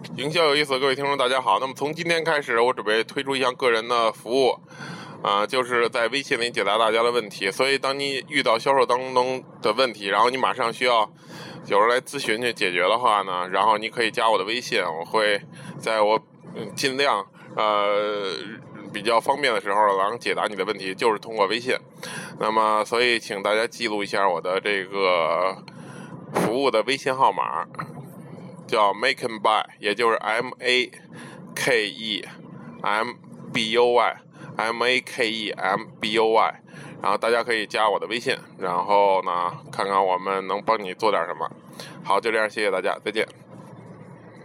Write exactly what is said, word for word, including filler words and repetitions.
营销有意思，各位听众大家好。那么从今天开始，我准备推出一项个人的服务，啊、呃，就是在微信里解答大家的问题。所以当你遇到销售当中的问题，然后你马上需要有人来咨询去解决的话呢，然后你可以加我的微信，我会在我尽量呃比较方便的时候能解答你的问题，就是通过微信。那么所以请大家记录一下我的这个服务的微信号码，叫 Make and Buy， 也就是 M A K E M B O Y M A K E M B O Y， 然后大家可以加我的微信，然后呢看看我们能帮你做点什么。好，就这样，谢谢大家，再见。